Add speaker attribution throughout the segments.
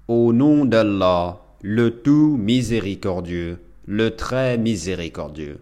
Speaker 1: Au nom d'Allah, le tout miséricordieux, le très miséricordieux.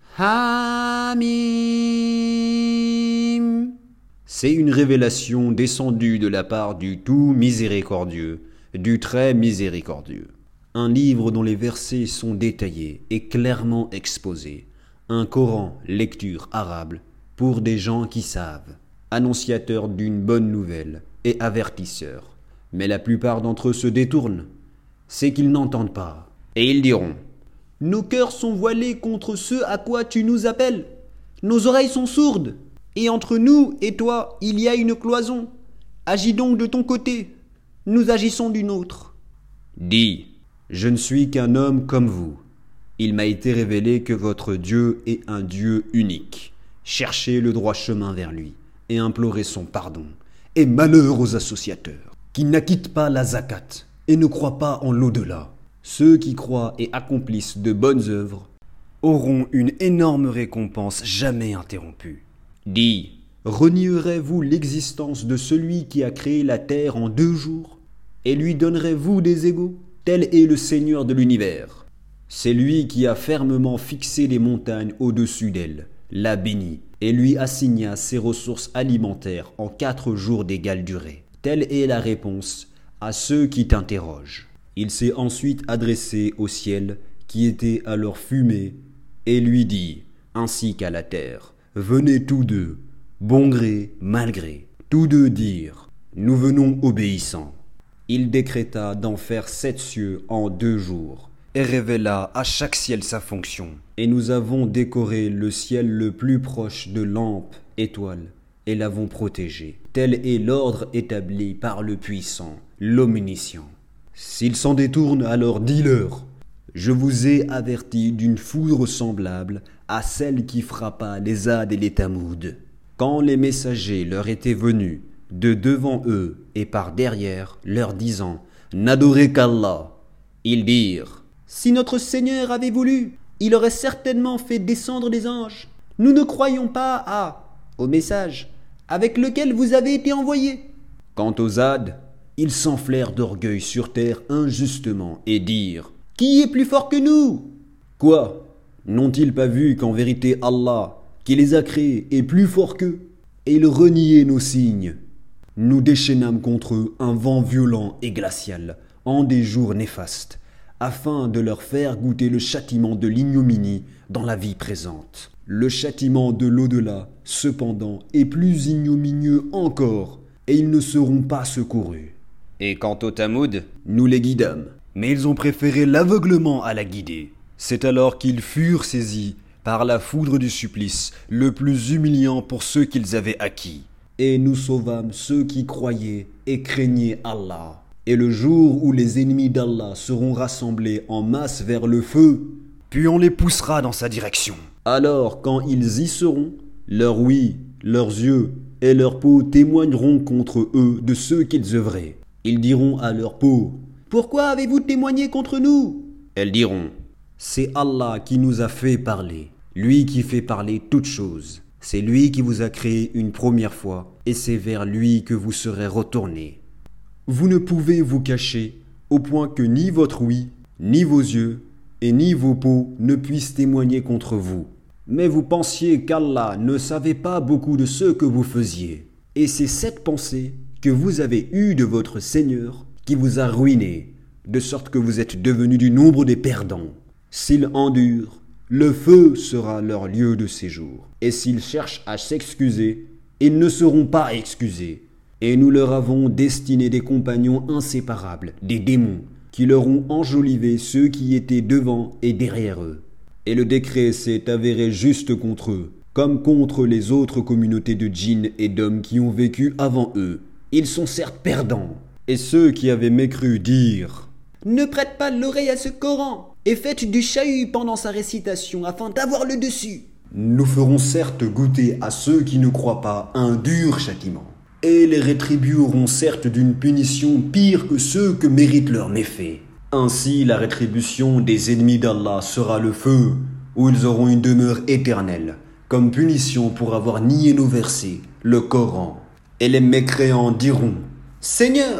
Speaker 1: Hamim. C'est une révélation descendue de la part du tout miséricordieux, du très miséricordieux. Un livre dont les versets sont détaillés et clairement exposés. Un Coran, lecture arabe, pour des gens qui savent, annonciateur d'une bonne nouvelle et avertisseur. Mais la plupart d'entre eux se détournent. C'est qu'ils n'entendent pas. Et ils diront: nos cœurs sont voilés contre ce à quoi tu nous appelles. Nos oreilles sont sourdes. Et entre nous et toi, il y a une cloison. Agis donc de ton côté. Nous agissons du nôtre. Dis: je ne suis qu'un homme comme vous. Il m'a été révélé que votre Dieu est un Dieu unique. Cherchez le droit chemin vers lui et implorez son pardon. Et malheur aux associateurs qui n'acquittent pas la zakat et ne croient pas en l'au-delà. Ceux qui croient et accomplissent de bonnes œuvres auront une énorme récompense jamais interrompue. Dis: renierez-vous l'existence de celui qui a créé la terre en 2 jours et lui donnerez-vous des égaux? Tel est le Seigneur de l'univers. C'est lui qui a fermement fixé les montagnes au-dessus d'elle, l'a bénie et lui assigna ses ressources alimentaires en 4 jours d'égale durée. Telle est la réponse à ceux qui t'interrogent. Il s'est ensuite adressé au ciel qui était alors fumé et lui dit, ainsi qu'à la terre: venez tous deux, bon gré, mal gré. Tous deux dirent: nous venons obéissants. Il décréta d'en faire 7 cieux en 2 jours et révéla à chaque ciel sa fonction. Et nous avons décoré le ciel le plus proche de lampes, étoiles, et l'avons protégé. Tel est l'ordre établi par le puissant, l'omniscient. S'ils s'en détournent, alors dis-leur: je vous ai averti d'une foudre semblable à celle qui frappa les Ad et les Tamoud. Quand les messagers leur étaient venus de devant eux et par derrière, leur disant: n'adorez qu'Allah, ils dirent: si notre Seigneur avait voulu, il aurait certainement fait descendre des anges. Nous ne croyons pas au message avec lequel vous avez été envoyés. Quant aux Ad, ils s'enflèrent d'orgueil sur terre injustement et dirent: qui est plus fort que nous? Quoi? N'ont-ils pas vu qu'en vérité Allah, qui les a créés, est plus fort qu'eux? Et ils reniaient nos signes. Nous déchaînâmes contre eux un vent violent et glacial, en des jours néfastes, afin de leur faire goûter le châtiment de l'ignominie dans la vie présente. Le châtiment de l'au-delà, cependant, est plus ignominieux encore, et ils ne seront pas secourus. Et quant aux Tamoud, nous les guidâmes, mais ils ont préféré l'aveuglement à la guider. C'est alors qu'ils furent saisis par la foudre du supplice, le plus humiliant pour ceux qu'ils avaient acquis. Et nous sauvâmes ceux qui croyaient et craignaient Allah. Et le jour où les ennemis d'Allah seront rassemblés en masse vers le feu, puis on les poussera dans sa direction. Alors, quand ils y seront, leur ouïe, leurs yeux et leur peau témoigneront contre eux de ceux qu'ils œuvraient. Ils diront à leur peau: pourquoi avez-vous témoigné contre nous? Elles diront: c'est Allah qui nous a fait parler, lui qui fait parler toutes choses. C'est lui qui vous a créé une première fois, et c'est vers lui que vous serez retournés. Vous ne pouvez vous cacher, au point que ni votre ouïe, ni vos yeux, et ni vos peaux ne puissent témoigner contre vous. Mais vous pensiez qu'Allah ne savait pas beaucoup de ce que vous faisiez. Et c'est cette pensée que vous avez eue de votre Seigneur qui vous a ruiné, de sorte que vous êtes devenus du nombre des perdants. S'ils endurent, le feu sera leur lieu de séjour. Et s'ils cherchent à s'excuser, ils ne seront pas excusés. Et nous leur avons destiné des compagnons inséparables, des démons, qui leur ont enjolivé ceux qui étaient devant et derrière eux. Et le décret s'est avéré juste contre eux, comme contre les autres communautés de djinns et d'hommes qui ont vécu avant eux. Ils sont certes perdants. Et ceux qui avaient mécru dirent: ne prête pas l'oreille à ce Coran, et faites du chahut pendant sa récitation afin d'avoir le dessus. Nous ferons certes goûter à ceux qui ne croient pas un dur châtiment, et les rétribueront certes d'une punition pire que ceux que méritent leurs méfaits. Ainsi la rétribution des ennemis d'Allah sera le feu, où ils auront une demeure éternelle, comme punition pour avoir nié nos versets, le Coran. Et les mécréants diront: Seigneur,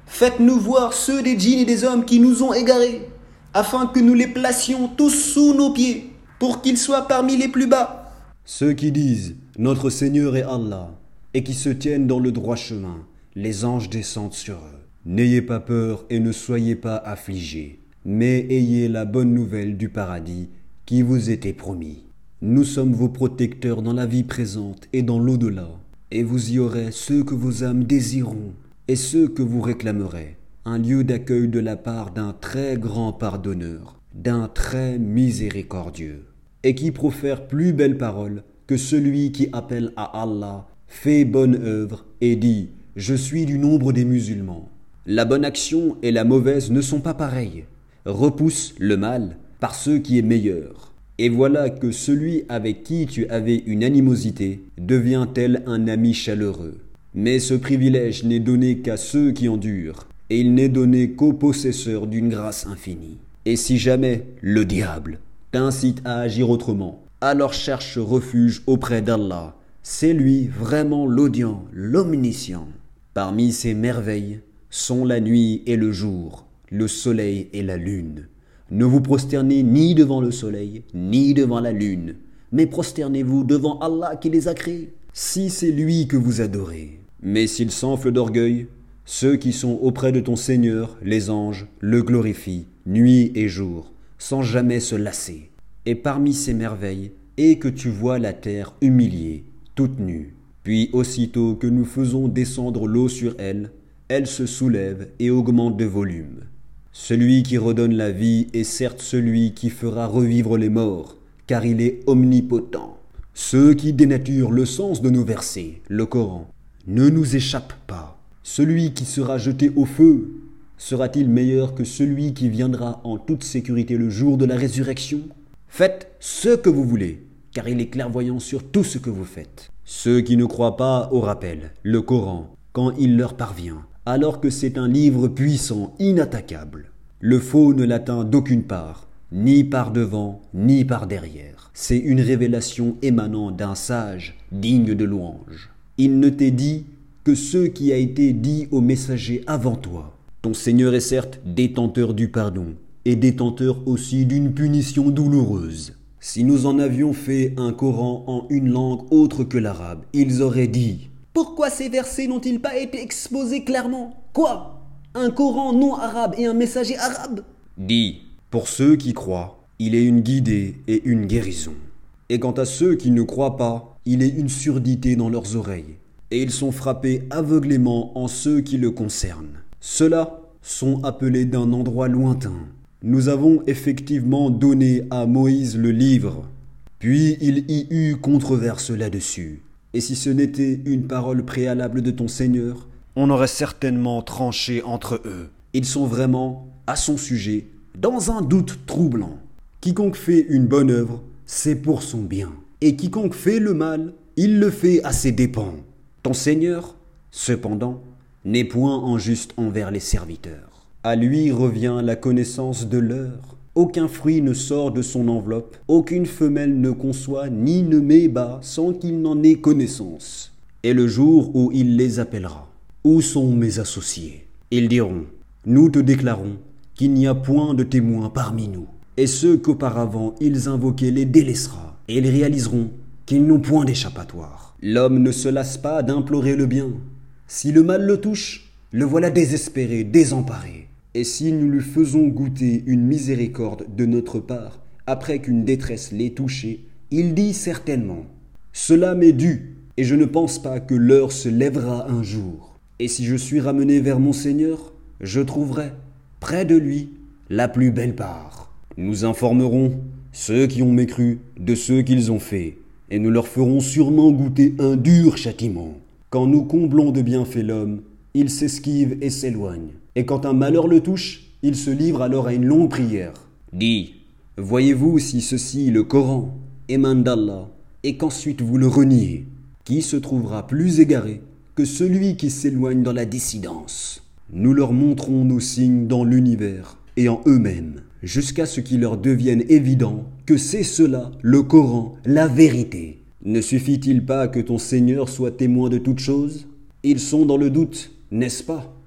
Speaker 1: Faites-nous voir ceux des djinns et des hommes qui nous ont égarés, afin que nous les placions tous sous nos pieds, pour qu'ils soient parmi les plus bas. Ceux qui disent « Notre Seigneur est Allah » et qui se tiennent dans le droit chemin, les anges descendent sur eux. N'ayez pas peur et ne soyez pas affligés, mais ayez la bonne nouvelle du paradis qui vous était promis. Nous sommes vos protecteurs dans la vie présente et dans l'au-delà, et vous y aurez ceux que vos âmes désireront et ceux que vous réclamerez, un lieu d'accueil de la part d'un très grand pardonneur, d'un très miséricordieux, et qui profère plus belle parole que celui qui appelle à Allah, fait bonne œuvre et dit « Je suis du nombre des musulmans ». La bonne action et la mauvaise ne sont pas pareilles. Repousse le mal par ce qui est meilleur. Et voilà que celui avec qui tu avais une animosité devient tel un ami chaleureux. Mais ce privilège n'est donné qu'à ceux qui endurent, et il n'est donné qu'aux possesseurs d'une grâce infinie. Et si jamais le diable t'incite à agir autrement, alors cherche refuge auprès d'Allah. C'est lui vraiment l'audient, l'omniscient. Parmi ses merveilles sont la nuit et le jour, le soleil et la lune. Ne vous prosternez ni devant le soleil, ni devant la lune, mais prosternez-vous devant Allah qui les a créés, si c'est lui que vous adorez. Mais s'il s'enfle d'orgueil, ceux qui sont auprès de ton Seigneur, les anges, le glorifient, nuit et jour, sans jamais se lasser. Et parmi ces merveilles, et que tu vois la terre humiliée, toute nue. Puis aussitôt que nous faisons descendre l'eau sur elle, elle se soulève et augmente de volume. Celui qui redonne la vie est certes celui qui fera revivre les morts, car il est omnipotent. Ceux qui dénaturent le sens de nos versets, le Coran, ne nous échappent pas. Celui qui sera jeté au feu, sera-t-il meilleur que celui qui viendra en toute sécurité le jour de la résurrection? Faites ce que vous voulez, car il est clairvoyant sur tout ce que vous faites. Ceux qui ne croient pas au rappel, le Coran, quand il leur parvient, alors que c'est un livre puissant, inattaquable. Le faux ne l'atteint d'aucune part, ni par devant, ni par derrière. C'est une révélation émanant d'un sage, digne de louange. Il ne t'est dit que ce qui a été dit aux messagers avant toi. Ton Seigneur est certes détenteur du pardon, et détenteur aussi d'une punition douloureuse. Si nous en avions fait un Coran en une langue autre que l'arabe, ils auraient dit « Pourquoi ces versets n'ont-ils pas été exposés clairement? Quoi? Un Coran non arabe et un messager arabe ?» Dis, pour ceux qui croient, il est une guidée et une guérison. Et quant à ceux qui ne croient pas, il est une surdité dans leurs oreilles. Et ils sont frappés aveuglément en ceux qui le concernent. Ceux-là sont appelés d'un endroit lointain. Nous avons effectivement donné à Moïse le livre, puis il y eut controverse là-dessus. Et si ce n'était une parole préalable de ton Seigneur, on aurait certainement tranché entre eux. Ils sont vraiment, à son sujet, dans un doute troublant. Quiconque fait une bonne œuvre, c'est pour son bien. Et quiconque fait le mal, il le fait à ses dépens. Ton Seigneur, cependant, n'est point injuste envers les serviteurs. À lui revient la connaissance de l'heure. Aucun fruit ne sort de son enveloppe, aucune femelle ne conçoit ni ne met bas sans qu'il n'en ait connaissance. Et le jour où il les appellera, où sont mes associés? Ils diront, nous te déclarons qu'il n'y a point de témoins parmi nous. Et ceux qu'auparavant ils invoquaient les délaissera, et ils réaliseront qu'ils n'ont point d'échappatoire. L'homme ne se lasse pas d'implorer le bien. Si le mal le touche, le voilà désespéré, désemparé. Et si nous lui faisons goûter une miséricorde de notre part, après qu'une détresse l'ait touché, il dit certainement « Cela m'est dû, et je ne pense pas que l'heure se lèvera un jour. Et si je suis ramené vers mon Seigneur, je trouverai, près de lui, la plus belle part. Nous informerons ceux qui ont mécru de ce qu'ils ont fait, et nous leur ferons sûrement goûter un dur châtiment. Quand nous comblons de bienfaits l'homme, il s'esquive et s'éloigne. Et quand un malheur le touche, il se livre alors à une longue prière. Dis, voyez-vous si ceci, le Coran, émane d'Allah, et qu'ensuite vous le reniez, qui se trouvera plus égaré que celui qui s'éloigne dans la dissidence? Nous leur montrons nos signes dans l'univers et en eux-mêmes, jusqu'à ce qu'il leur devienne évident que c'est cela, le Coran, la vérité. Ne suffit-il pas que ton Seigneur soit témoin de toutes choses? Ils sont dans le doute, n'est-ce pas?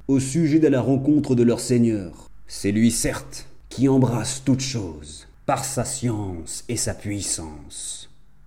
Speaker 1: au sujet de la rencontre de leur Seigneur. C'est lui, certes, qui embrasse toutes choses, par sa science et sa puissance.